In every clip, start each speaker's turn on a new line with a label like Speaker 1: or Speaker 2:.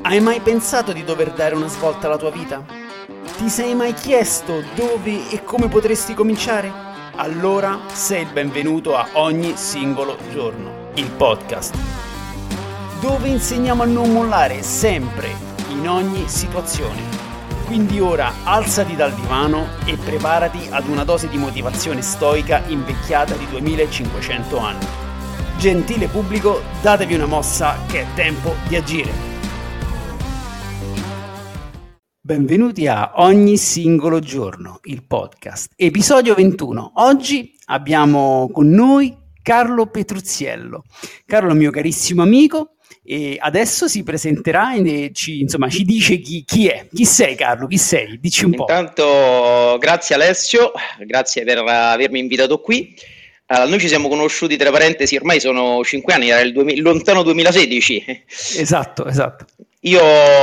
Speaker 1: Hai mai pensato di dover dare una svolta alla tua vita? Ti sei mai chiesto dove e come potresti cominciare? Allora sei il benvenuto a Ogni Singolo Giorno, il podcast, dove insegniamo a non mollare sempre, in ogni situazione. Quindi ora alzati dal divano e preparati ad una dose di motivazione stoica invecchiata di 2500 anni. Gentile pubblico, datevi una mossa che è tempo di agire. Benvenuti a Ogni Singolo Giorno, il podcast, episodio 21. Oggi abbiamo con noi Carlo Petruzziello. Carlo è un mio carissimo amico e adesso si presenterà e ci dice chi è. Chi sei, Carlo? Chi sei? Dici un po'.
Speaker 2: Intanto grazie Alessio, grazie per avermi invitato qui. Noi ci siamo conosciuti, tra parentesi, ormai sono 5 anni, era il lontano 2016.
Speaker 1: Esatto.
Speaker 2: Io,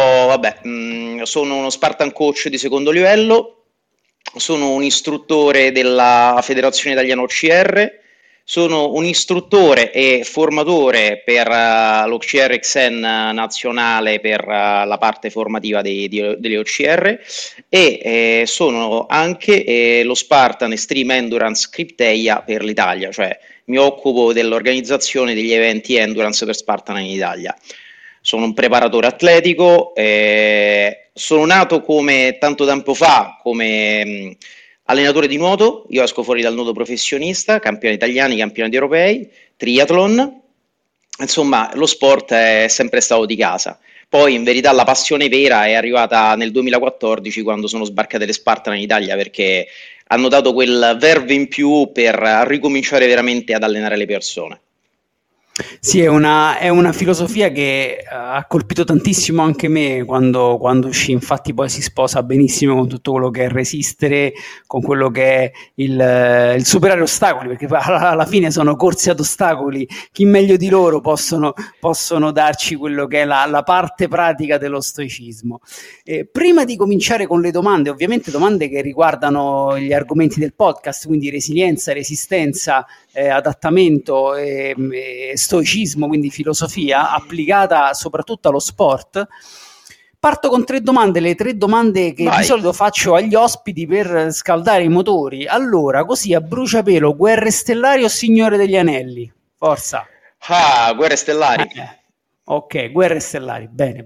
Speaker 2: sono uno Spartan coach di secondo livello, sono un istruttore della Federazione Italiana OCR, sono un istruttore e formatore per l'OCR XN nazionale per la parte formativa delle OCR e sono anche lo Spartan Extreme Endurance Crypteia per l'Italia, cioè mi occupo dell'organizzazione degli eventi Endurance per Spartan in Italia. Sono un preparatore atletico, sono nato tanto tempo fa come allenatore di nuoto. Io esco fuori dal nuoto professionista, campioni italiani, campionati europei, triathlon, insomma lo sport è sempre stato di casa. Poi in verità la passione vera è arrivata nel 2014 quando sono sbarcate le Spartan in Italia, perché hanno dato quel verve in più per ricominciare veramente ad allenare le persone.
Speaker 1: Sì, è una filosofia che ha colpito tantissimo anche me quando uscì, infatti poi si sposa benissimo con tutto quello che è resistere, con quello che è il superare ostacoli, perché alla fine sono corse ad ostacoli, chi meglio di loro possono darci quello che è la parte pratica dello stoicismo. Prima di cominciare con le domande, ovviamente domande che riguardano gli argomenti del podcast, quindi resilienza, resistenza, adattamento, stoicismo, quindi filosofia applicata soprattutto allo sport. Parto con 3 domande, le 3 domande che di solito faccio agli ospiti per scaldare i motori. Allora, così a bruciapelo, Guerre Stellari o Signore degli Anelli? Forza.
Speaker 2: Guerre Stellari.
Speaker 1: Ok, Guerre Stellari, bene.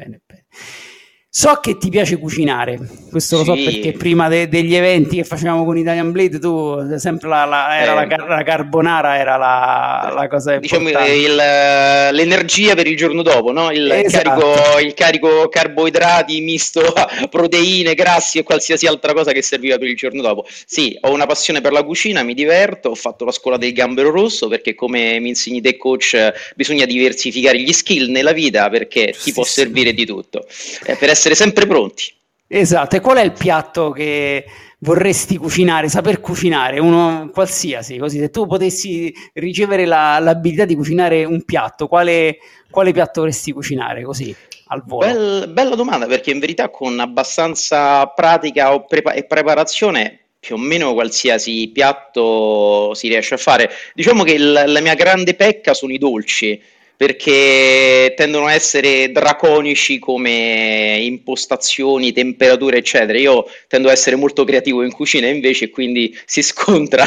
Speaker 1: So che ti piace cucinare, questo lo so perché prima degli eventi che facevamo con Italian Blade tu sempre la carbonara era la cosa importante.
Speaker 2: Diciamo l'energia per il giorno dopo, no? Il carico carboidrati misto a proteine, grassi e qualsiasi altra cosa che serviva per il giorno dopo. Sì, ho una passione per la cucina, mi diverto, ho fatto la scuola del gambero rosso perché come mi insegni te coach bisogna diversificare gli skill nella vita perché ti può servire di tutto. Per essere sempre pronti.
Speaker 1: Esatto, e qual è il piatto che vorresti cucinare, saper cucinare, uno qualsiasi, così se tu potessi ricevere l'abilità di cucinare un piatto, quale piatto vorresti cucinare così al volo?
Speaker 2: Bella domanda, perché in verità con abbastanza pratica e preparazione più o meno qualsiasi piatto si riesce a fare. Diciamo che la mia grande pecca sono i dolci, perché tendono a essere draconici come impostazioni, temperature, eccetera. Io tendo a essere molto creativo in cucina invece, quindi si scontra.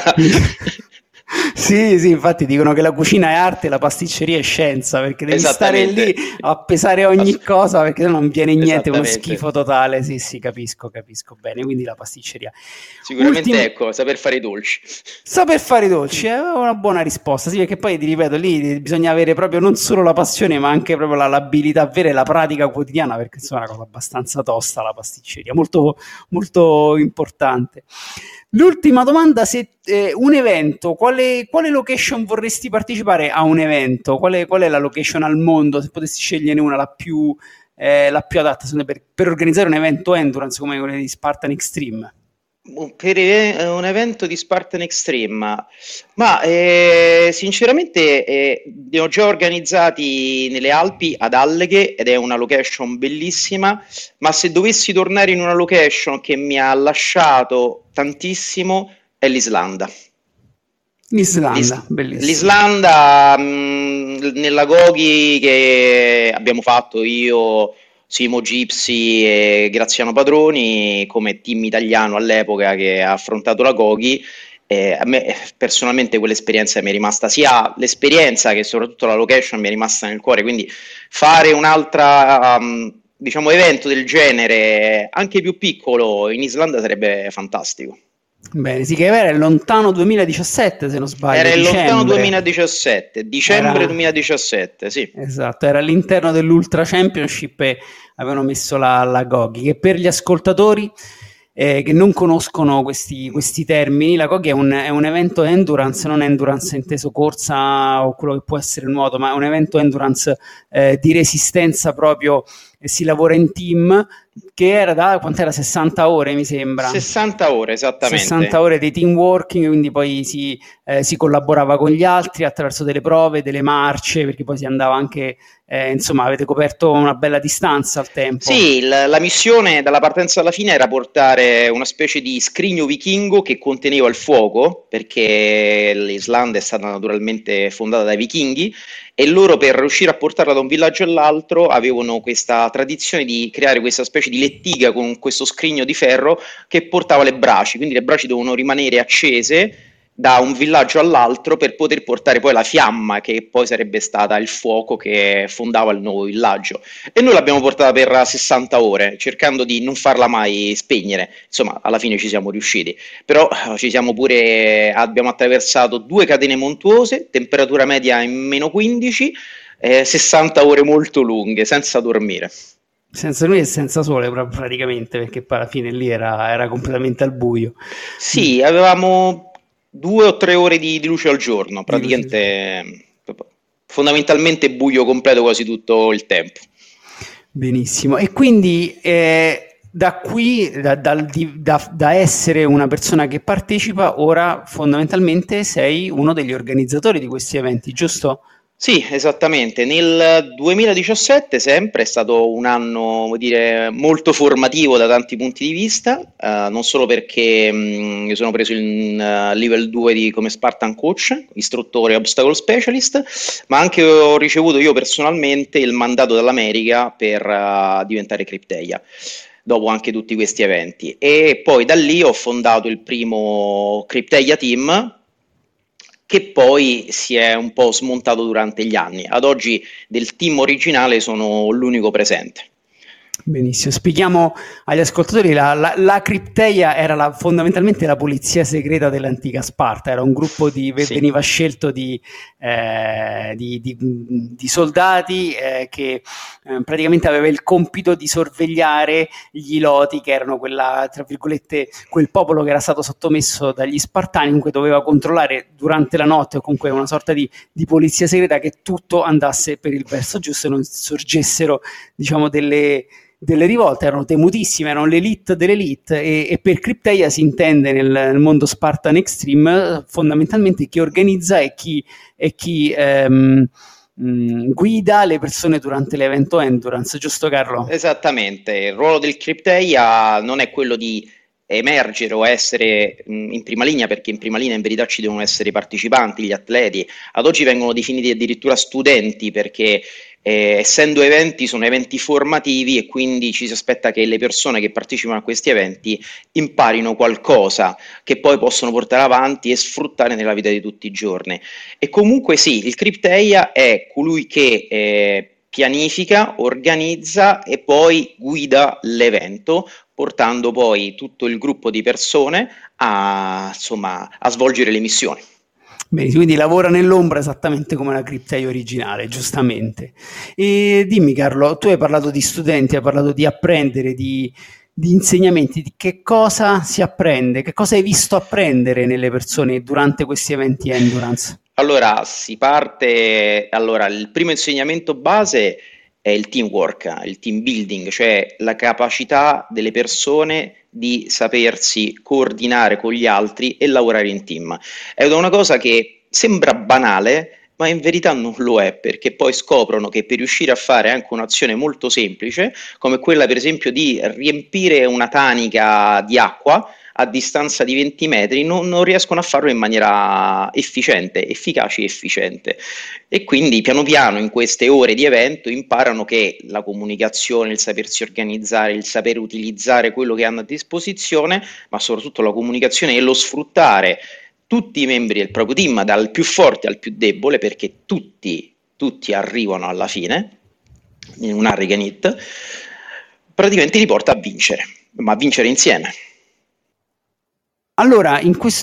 Speaker 1: Sì, infatti dicono che la cucina è arte e la pasticceria è scienza, perché devi stare lì a pesare ogni cosa, perché se no non viene niente, uno schifo totale. Sì, capisco bene, quindi la pasticceria.
Speaker 2: Sicuramente saper fare i dolci.
Speaker 1: Saper fare i dolci è una buona risposta, sì, perché poi ti ripeto, lì bisogna avere proprio non solo la passione, ma anche proprio l'abilità vera e la pratica quotidiana, perché insomma è una cosa abbastanza tosta la pasticceria, molto, molto importante. L'ultima domanda, se un evento, quale location vorresti partecipare a un evento? Qual è la location al mondo, se potessi scegliere una, la più adatta per organizzare un evento endurance come quello di Spartan Extreme?
Speaker 2: Per un evento di Spartan Extreme, ma sinceramente li ho già organizzati nelle Alpi ad Alleghe ed è una location bellissima, ma se dovessi tornare in una location che mi ha lasciato tantissimo è l'Islanda.
Speaker 1: Bellissimo.
Speaker 2: L'Islanda, nella Gogi che abbiamo fatto io, Simo Gipsy e Graziano Padroni come team italiano all'epoca che ha affrontato la Gogi. A me personalmente quell'esperienza mi è rimasta, sia l'esperienza che soprattutto la location mi è rimasta nel cuore, quindi fare un'altra diciamo evento del genere anche più piccolo in Islanda sarebbe fantastico.
Speaker 1: Bene, sì, che era il lontano 2017, se non sbaglio,
Speaker 2: Era il lontano
Speaker 1: dicembre.
Speaker 2: 2017, dicembre 2017, sì.
Speaker 1: Esatto, era all'interno dell'Ultra Championship e avevano messo la Gogi, che per gli ascoltatori che non conoscono questi termini, la Gogi è un evento endurance, non endurance inteso corsa o quello che può essere nuoto, ma è un evento endurance di resistenza proprio, e si lavora in team, che era quant'era? 60 ore mi sembra.
Speaker 2: 60 ore, esattamente.
Speaker 1: 60 ore di team working, quindi poi si collaborava con gli altri attraverso delle prove, delle marce, perché poi si andava anche, insomma, avete coperto una bella distanza al tempo.
Speaker 2: Sì, la missione dalla partenza alla fine era portare una specie di scrigno vichingo che conteneva il fuoco, perché l'Islanda è stata naturalmente fondata dai vichinghi, e loro per riuscire a portarla da un villaggio all'altro avevano questa tradizione di creare questa specie di lettiga con questo scrigno di ferro che portava le braci, quindi le braci dovevano rimanere accese da un villaggio all'altro per poter portare poi la fiamma che poi sarebbe stata il fuoco che fondava il nuovo villaggio, e noi l'abbiamo portata per 60 ore cercando di non farla mai spegnere. Insomma, alla fine ci siamo riusciti, però abbiamo attraversato 2 catene montuose, temperatura media in meno 15, 60 ore molto lunghe senza dormire.
Speaker 1: Senza lui e senza sole praticamente, perché poi alla fine lì era completamente al buio.
Speaker 2: Sì, avevamo 2 o 3 ore di luce al giorno, praticamente fondamentalmente buio completo quasi tutto il tempo.
Speaker 1: Benissimo, e quindi da qui, da essere una persona che partecipa, ora fondamentalmente sei uno degli organizzatori di questi eventi, giusto?
Speaker 2: Sì, esattamente. Nel 2017 sempre è stato un anno, come dire, molto formativo da tanti punti di vista, non solo perché mi sono preso il livello 2 come Spartan Coach, istruttore obstacle specialist, ma anche ho ricevuto io personalmente il mandato dall'America per diventare Crypteia, dopo anche tutti questi eventi. E poi da lì ho fondato il primo Crypteia Team, che poi si è un po' smontato durante gli anni. Ad oggi del team originale sono l'unico presente.
Speaker 1: Benissimo, spieghiamo agli ascoltatori, la Crypteia era fondamentalmente la polizia segreta dell'antica Sparta, era un gruppo veniva scelto di soldati che praticamente aveva il compito di sorvegliare gli Iloti, che erano tra virgolette, quel popolo che era stato sottomesso dagli Spartani, comunque doveva controllare durante la notte, o comunque una sorta di polizia segreta, che tutto andasse per il verso giusto e non sorgessero, diciamo, delle rivolte. Erano temutissime, erano l'elite dell'elite, e per Crypteia si intende nel mondo Spartan Extreme fondamentalmente chi organizza e chi guida le persone durante l'evento endurance, giusto Carlo?
Speaker 2: Esattamente, il ruolo del Crypteia non è quello di emergere o essere in prima linea, perché in prima linea in verità ci devono essere i partecipanti, gli atleti. Ad oggi vengono definiti addirittura studenti, perché essendo eventi, sono eventi formativi, e quindi ci si aspetta che le persone che partecipano a questi eventi imparino qualcosa che poi possono portare avanti e sfruttare nella vita di tutti i giorni. E comunque sì, il Crypteia è colui che pianifica, organizza e poi guida l'evento, portando poi tutto il gruppo di persone a svolgere le missioni.
Speaker 1: Bene, quindi lavora nell'ombra esattamente come la Crypteia originale, giustamente. E dimmi Carlo, tu hai parlato di studenti, hai parlato di apprendere, di insegnamenti, di che cosa si apprende, che cosa hai visto apprendere nelle persone durante questi eventi endurance?
Speaker 2: Allora, il primo insegnamento base è il teamwork, il team building, cioè la capacità delle persone di sapersi coordinare con gli altri e lavorare in team. È una cosa che sembra banale, ma in verità non lo è, perché poi scoprono che per riuscire a fare anche un'azione molto semplice, come quella per esempio di riempire una tanica di acqua, a distanza di 20 metri, non riescono a farlo in maniera efficiente, efficace e efficiente. E quindi piano piano in queste ore di evento imparano che la comunicazione, il sapersi organizzare, il saper utilizzare quello che hanno a disposizione, ma soprattutto la comunicazione e lo sfruttare tutti i membri del proprio team, dal più forte al più debole, perché tutti arrivano alla fine in un Hurricane Hit, praticamente li porta a vincere, ma a vincere insieme.
Speaker 1: Allora,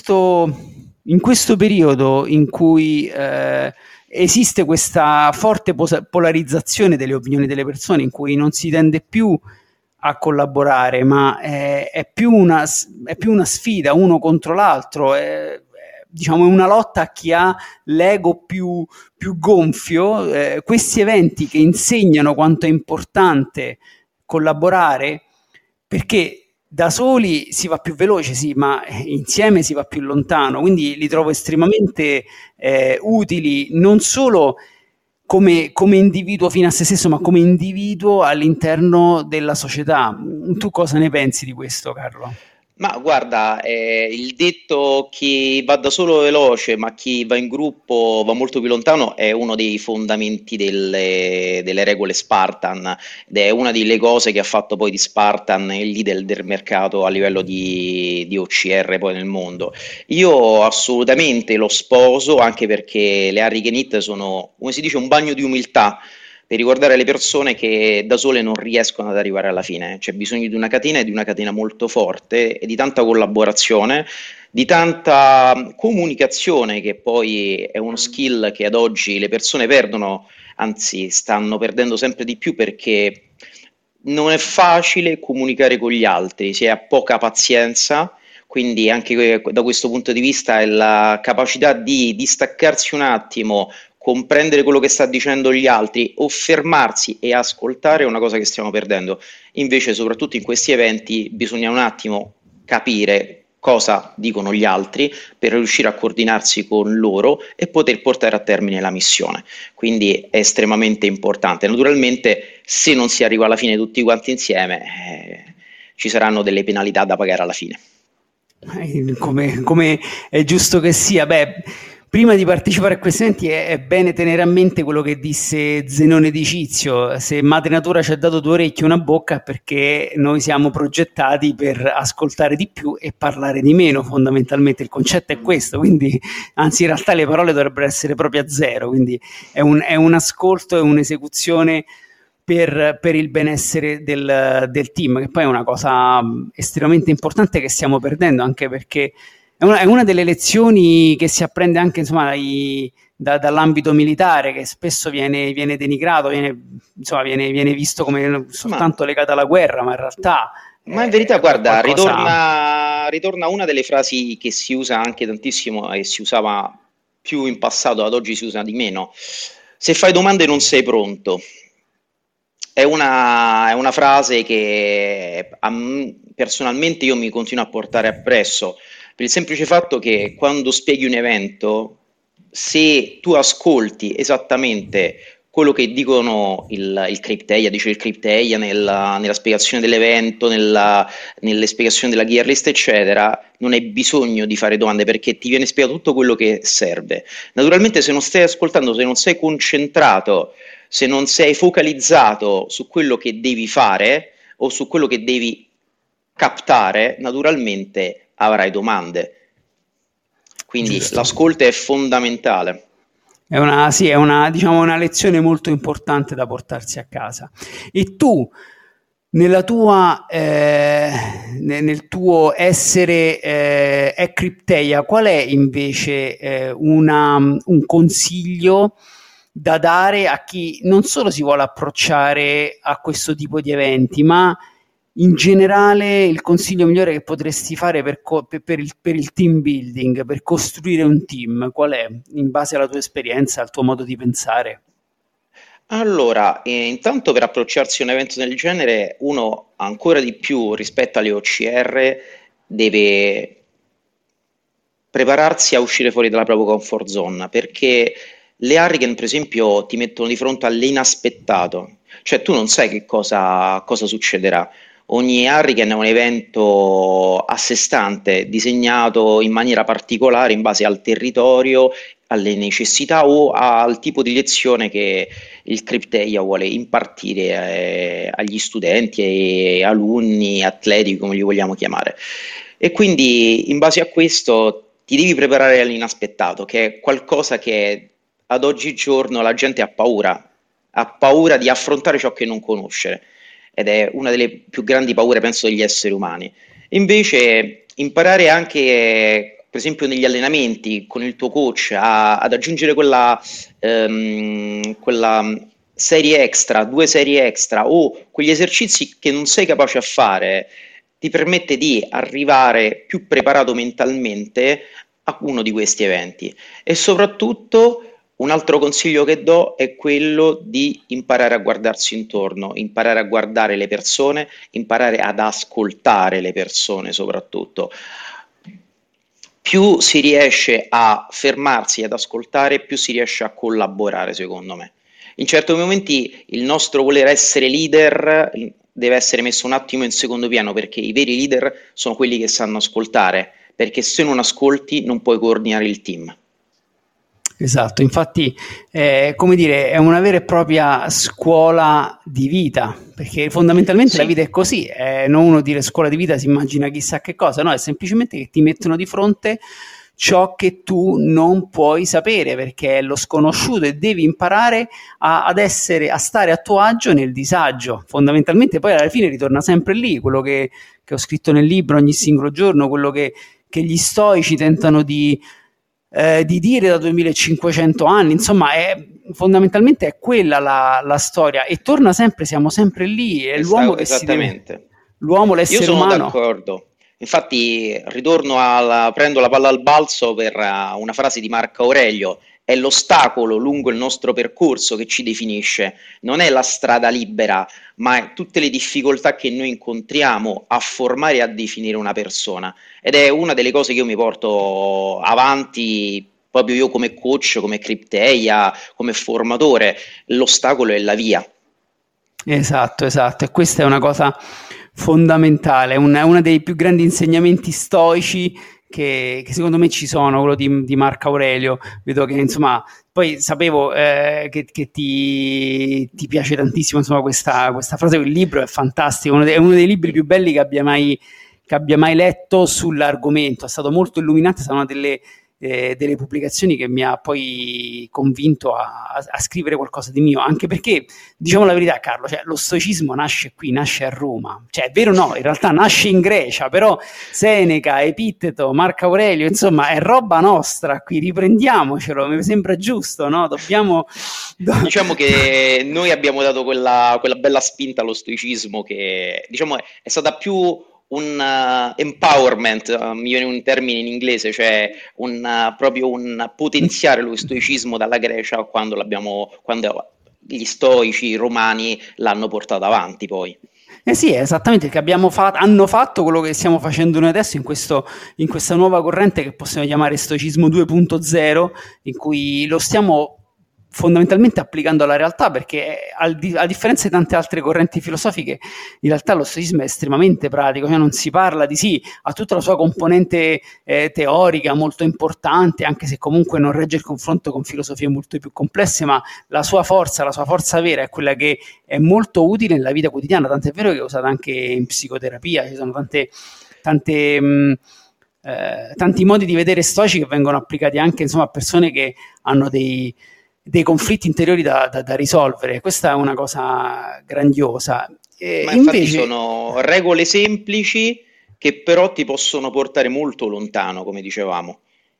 Speaker 1: in questo periodo in cui esiste questa forte polarizzazione delle opinioni delle persone, in cui non si tende più a collaborare, ma è più una sfida uno contro l'altro, diciamo, è una lotta a chi ha l'ego più gonfio, questi eventi che insegnano quanto è importante collaborare, perché da soli si va più veloce, sì, ma insieme si va più lontano, quindi li trovo estremamente utili, non solo come individuo fino a se stesso, ma come individuo all'interno della società. Tu cosa ne pensi di questo, Carlo?
Speaker 2: Ma guarda, il detto chi va da solo veloce, ma chi va in gruppo va molto più lontano è uno dei fondamenti delle regole Spartan ed è una delle cose che ha fatto poi di Spartan il leader del mercato a livello di OCR poi nel mondo. Io assolutamente lo sposo anche perché le Hurricane Hit sono, come si dice, un bagno di umiltà per ricordare alle persone che da sole non riescono ad arrivare alla fine. C'è bisogno di una catena e di una catena molto forte e di tanta collaborazione, di tanta comunicazione, che poi è uno skill che ad oggi le persone perdono, anzi stanno perdendo sempre di più perché non è facile comunicare con gli altri, si ha poca pazienza. Quindi anche da questo punto di vista è la capacità di distaccarsi un attimo, comprendere quello che sta dicendo gli altri o fermarsi e ascoltare è una cosa che stiamo perdendo. Invece, soprattutto in questi eventi, bisogna un attimo capire cosa dicono gli altri per riuscire a coordinarsi con loro e poter portare a termine la missione. Quindi è estremamente importante. Naturalmente, se non si arriva alla fine tutti quanti insieme, ci saranno delle penalità da pagare alla fine.
Speaker 1: Come è giusto che sia. Beh, prima di partecipare a questi eventi è bene tenere a mente quello che disse Zenone di Cizio: se Madre Natura ci ha dato due orecchie e una bocca è perché noi siamo progettati per ascoltare di più e parlare di meno, fondamentalmente il concetto è questo, quindi anzi in realtà le parole dovrebbero essere proprio a zero, quindi è un ascolto e un'esecuzione per il benessere del team, che poi è una cosa estremamente importante che stiamo perdendo, anche perché è una delle lezioni che si apprende anche, insomma, dall'ambito militare, che spesso viene denigrato, viene visto come soltanto legato alla guerra, ma in realtà
Speaker 2: Ma in verità, guarda,
Speaker 1: qualcosa...
Speaker 2: ritorna una delle frasi che si usa anche tantissimo e si usava più in passato, ad oggi si usa di meno. Se fai domande non sei pronto. È una frase che personalmente io mi continuo a portare appresso, per il semplice fatto che quando spieghi un evento, se tu ascolti esattamente quello che dicono il Crypteia, dice il Crypteia nella spiegazione dell'evento, nelle spiegazioni della gear list, eccetera, non hai bisogno di fare domande perché ti viene spiegato tutto quello che serve. Naturalmente, se non stai ascoltando, se non sei concentrato, se non sei focalizzato su quello che devi fare o su quello che devi captare, naturalmente avrai domande. Quindi
Speaker 1: Giusto.
Speaker 2: l'ascolto è fondamentale.
Speaker 1: Sì, è una, diciamo, una lezione molto importante da portarsi a casa. E tu, nel tuo essere Crypteia, qual è invece un consiglio da dare a chi non solo si vuole approcciare a questo tipo di eventi, ma in generale il consiglio migliore che potresti fare per il team building, per costruire un team, qual è, in base alla tua esperienza, al tuo modo di pensare?
Speaker 2: Allora, intanto per approcciarsi a un evento del genere, uno ancora di più rispetto alle OCR deve prepararsi a uscire fuori dalla propria comfort zone, perché le Hurricane, per esempio, ti mettono di fronte all'inaspettato, cioè tu non sai che cosa succederà. Ogni Hurricane è un evento a sé stante, disegnato in maniera particolare in base al territorio, alle necessità o al tipo di lezione che il Crypteia vuole impartire agli studenti e alunni, atleti, come li vogliamo chiamare. E quindi in base a questo ti devi preparare all'inaspettato, che è qualcosa che ad oggigiorno la gente ha paura di affrontare ciò che non conosce ed è una delle più grandi paure, penso, degli esseri umani. Invece, imparare anche, per esempio, negli allenamenti con il tuo coach ad aggiungere quella serie extra, due serie extra o quegli esercizi che non sei capace a fare, ti permette di arrivare più preparato mentalmente a uno di questi eventi. E soprattutto un altro consiglio che do è quello di imparare a guardarsi intorno, imparare a guardare le persone, imparare ad ascoltare le persone soprattutto. Più si riesce a fermarsi e ad ascoltare, più si riesce a collaborare, secondo me. In certi momenti il nostro voler essere leader deve essere messo un attimo in secondo piano, perché i veri leader sono quelli che sanno ascoltare, perché se non ascolti non puoi coordinare il team.
Speaker 1: Esatto, infatti, come dire, è una vera e propria scuola di vita, perché fondamentalmente la
Speaker 2: Sì,
Speaker 1: vita è così, non uno dire scuola di vita si immagina chissà che cosa, no, è semplicemente che ti mettono di fronte ciò che tu non puoi sapere, perché è lo sconosciuto e devi imparare a stare a tuo agio nel disagio. Fondamentalmente poi alla fine ritorna sempre lì, quello che ho scritto nel libro ogni singolo giorno, quello che gli stoici tentano di dire da 2500 anni, insomma, fondamentalmente è quella la storia e torna sempre, siamo sempre lì, è l'uomo che si deve,
Speaker 2: esattamente.
Speaker 1: l'uomo,
Speaker 2: Io
Speaker 1: l'essere
Speaker 2: sono
Speaker 1: umano.
Speaker 2: d'accordo. Infatti, prendo la palla al balzo per una frase di Marco Aurelio. È l'ostacolo lungo il nostro percorso che ci definisce, non è la strada libera, ma è tutte le difficoltà che noi incontriamo a formare e a definire una persona. Ed è una delle cose che io mi porto avanti proprio io come coach, come Crypteia, come formatore. L'ostacolo è la via.
Speaker 1: Esatto, esatto, e questa è una cosa fondamentale, uno dei più grandi insegnamenti stoici che secondo me ci sono, quello di Marco Aurelio. Vedo che insomma, poi sapevo che ti piace tantissimo insomma, questa frase, il libro è fantastico, è uno dei libri più belli che abbia mai letto sull'argomento, è stato molto illuminante, è stata una delle pubblicazioni che mi ha poi convinto a scrivere qualcosa di mio, anche perché, diciamo la verità Carlo, cioè, lo stoicismo nasce qui, nasce a Roma, cioè è vero o no, in realtà nasce in Grecia, però Seneca, Epitteto, Marco Aurelio, insomma è roba nostra qui, riprendiamocelo, mi sembra giusto, no?
Speaker 2: Diciamo che noi abbiamo dato quella bella spinta allo stoicismo che diciamo è stata più un empowerment, mi viene un termine in inglese, cioè proprio un potenziare lo stoicismo dalla Grecia quando gli stoici romani l'hanno portato avanti poi.
Speaker 1: Eh sì, esattamente, che hanno fatto quello che stiamo facendo noi adesso in questa nuova corrente che possiamo chiamare stoicismo 2.0, in cui lo stiamo fondamentalmente applicando alla realtà, perché a differenza di tante altre correnti filosofiche, in realtà lo stoicismo è estremamente pratico, cioè non si parla di sì, ha tutta la sua componente teorica molto importante, anche se comunque non regge il confronto con filosofie molto più complesse, ma la sua forza vera è quella che è molto utile nella vita quotidiana, tant'è vero che è usata anche in psicoterapia, ci sono tanti modi di vedere stoici che vengono applicati anche insomma, a persone che hanno dei conflitti interiori da risolvere. Questa è una cosa grandiosa.
Speaker 2: Ma infatti sono regole semplici che però ti possono portare molto lontano, come dicevamo.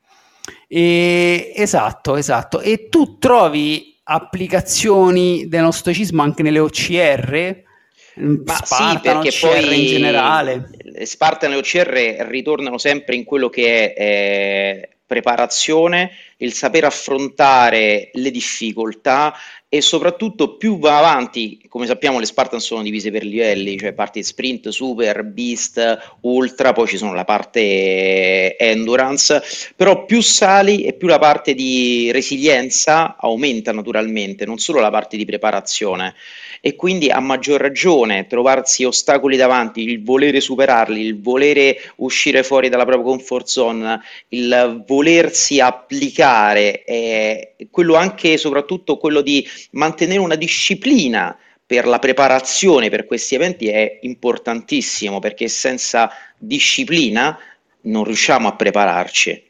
Speaker 1: Esatto, esatto. E tu trovi applicazioni dello stoicismo anche nelle OCR?
Speaker 2: Ma sì,
Speaker 1: Spartano,
Speaker 2: perché
Speaker 1: OCR in generale?
Speaker 2: poi Spartan e OCR ritornano sempre in quello che è preparazione il saper affrontare le difficoltà e soprattutto più va avanti, come sappiamo le Spartan sono divise per livelli, cioè parte sprint, super, beast, ultra, poi ci sono la parte endurance, però più sali e più la parte di resilienza aumenta naturalmente, non solo la parte di preparazione. E quindi a maggior ragione trovarsi ostacoli davanti, il volere superarli, il volere uscire fuori dalla propria comfort zone, il volersi applicare, quello anche e soprattutto quello di mantenere una disciplina per la preparazione per questi eventi è importantissimo, perché senza disciplina non riusciamo a prepararci.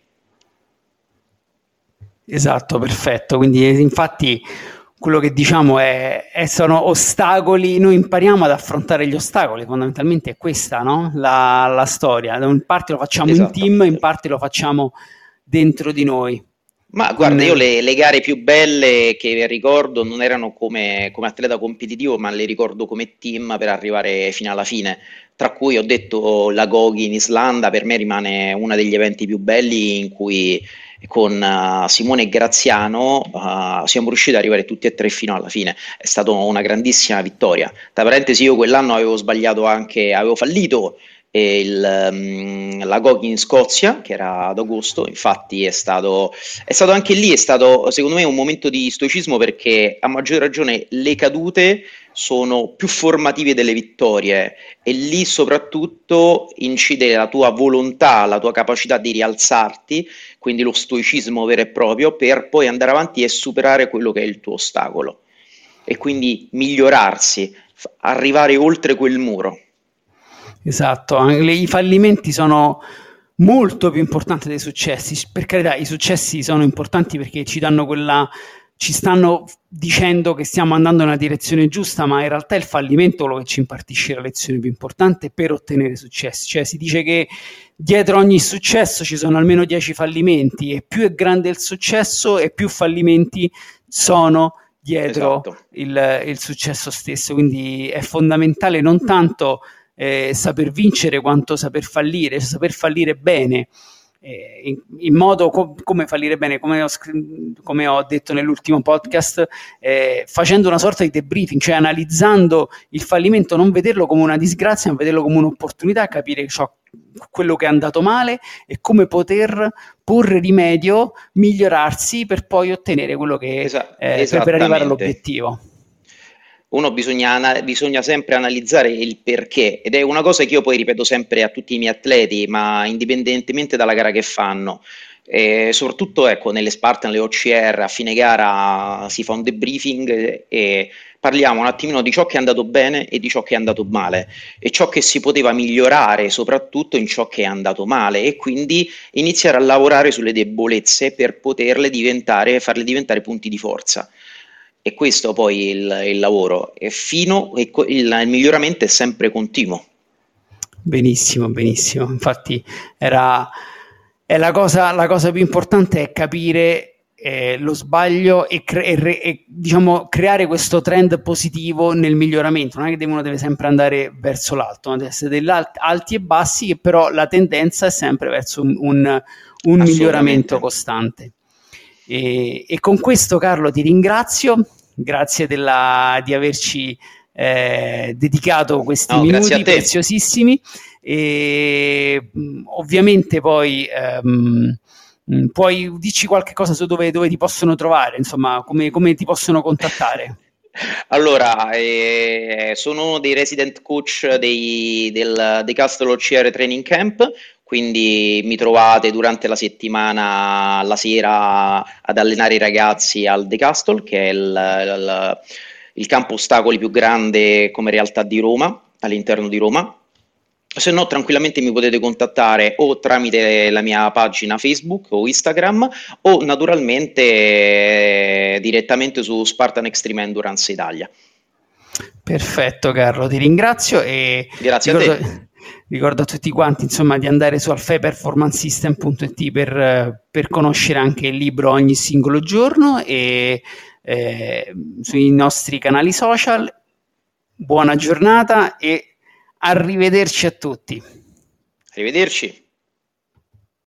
Speaker 1: Esatto, perfetto. Quindi infatti quello che diciamo sono ostacoli, noi impariamo ad affrontare gli ostacoli, fondamentalmente è questa, no? La storia. In parte lo facciamo in team, in parte lo facciamo dentro di noi.
Speaker 2: Ma guarda, io le gare più belle che ricordo non erano come atleta competitivo, ma le ricordo come team per arrivare fino alla fine. Tra cui ho detto la Gogi in Islanda, per me rimane uno degli eventi più belli in cui con Simone Graziano siamo riusciti ad arrivare tutti e tre fino alla fine. È stata una grandissima vittoria. Tra parentesi, io quell'anno avevo sbagliato anche, avevo fallito la Gogi in Scozia, che era ad agosto. Infatti è stato anche lì, è stato secondo me un momento di stoicismo, perché a maggior ragione le cadute sono più formative delle vittorie e lì soprattutto incide la tua volontà, la tua capacità di rialzarti, quindi lo stoicismo vero e proprio, per poi andare avanti e superare quello che è il tuo ostacolo e quindi migliorarsi, arrivare oltre quel muro.
Speaker 1: Esatto, i fallimenti sono molto più importanti dei successi. Per carità, i successi sono importanti perché ci stanno dicendo che stiamo andando nella direzione giusta, ma in realtà il fallimento è quello che ci impartisce la lezione più importante per ottenere successi. Cioè si dice che dietro ogni successo ci sono almeno 10 fallimenti, e più è grande il successo e più fallimenti sono dietro il successo stesso. Quindi è fondamentale non tanto saper vincere quanto saper fallire bene, in modo come fallire bene, come ho detto nell'ultimo podcast, facendo una sorta di debriefing, cioè analizzando il fallimento, non vederlo come una disgrazia ma vederlo come un'opportunità, capire quello che è andato male e come poter porre rimedio, migliorarsi per poi ottenere quello che per arrivare all'obiettivo.
Speaker 2: Bisogna sempre analizzare il perché, ed è una cosa che io poi ripeto sempre a tutti i miei atleti, ma indipendentemente dalla gara che fanno. Soprattutto ecco, nelle Spartan, nelle OCR, a fine gara si fa un debriefing e parliamo un attimino di ciò che è andato bene e di ciò che è andato male e ciò che si poteva migliorare soprattutto in ciò che è andato male, e quindi iniziare a lavorare sulle debolezze per farle diventare punti di forza. E questo poi il lavoro, il miglioramento è sempre continuo.
Speaker 1: Benissimo, benissimo. Infatti è la cosa più importante è capire lo sbaglio e diciamo creare questo trend positivo nel miglioramento. Non è che uno deve sempre andare verso l'alto, deve essere degli alti e bassi, che però la tendenza è sempre verso un miglioramento costante. E con questo, Carlo, ti ringrazio, grazie di averci dedicato questi minuti preziosissimi, e ovviamente poi puoi dirci qualche cosa su dove ti possono trovare, insomma, come ti possono contattare.
Speaker 2: Allora, sono uno dei resident coach dei Castle OCR Training Camp, quindi mi trovate durante la settimana la sera ad allenare i ragazzi al The Castle, che è il campo ostacoli più grande come realtà di Roma, all'interno di Roma. Se no, tranquillamente mi potete contattare o tramite la mia pagina Facebook o Instagram, o naturalmente direttamente su Spartan Extreme Endurance Italia.
Speaker 1: Perfetto, Carlo, ti ringrazio e
Speaker 2: grazie a te.
Speaker 1: Ricordo a tutti quanti, insomma, di andare su alfeperformancesystem.it per conoscere anche il libro ogni singolo giorno, e sui nostri canali social. Buona giornata e arrivederci a tutti.
Speaker 2: Arrivederci.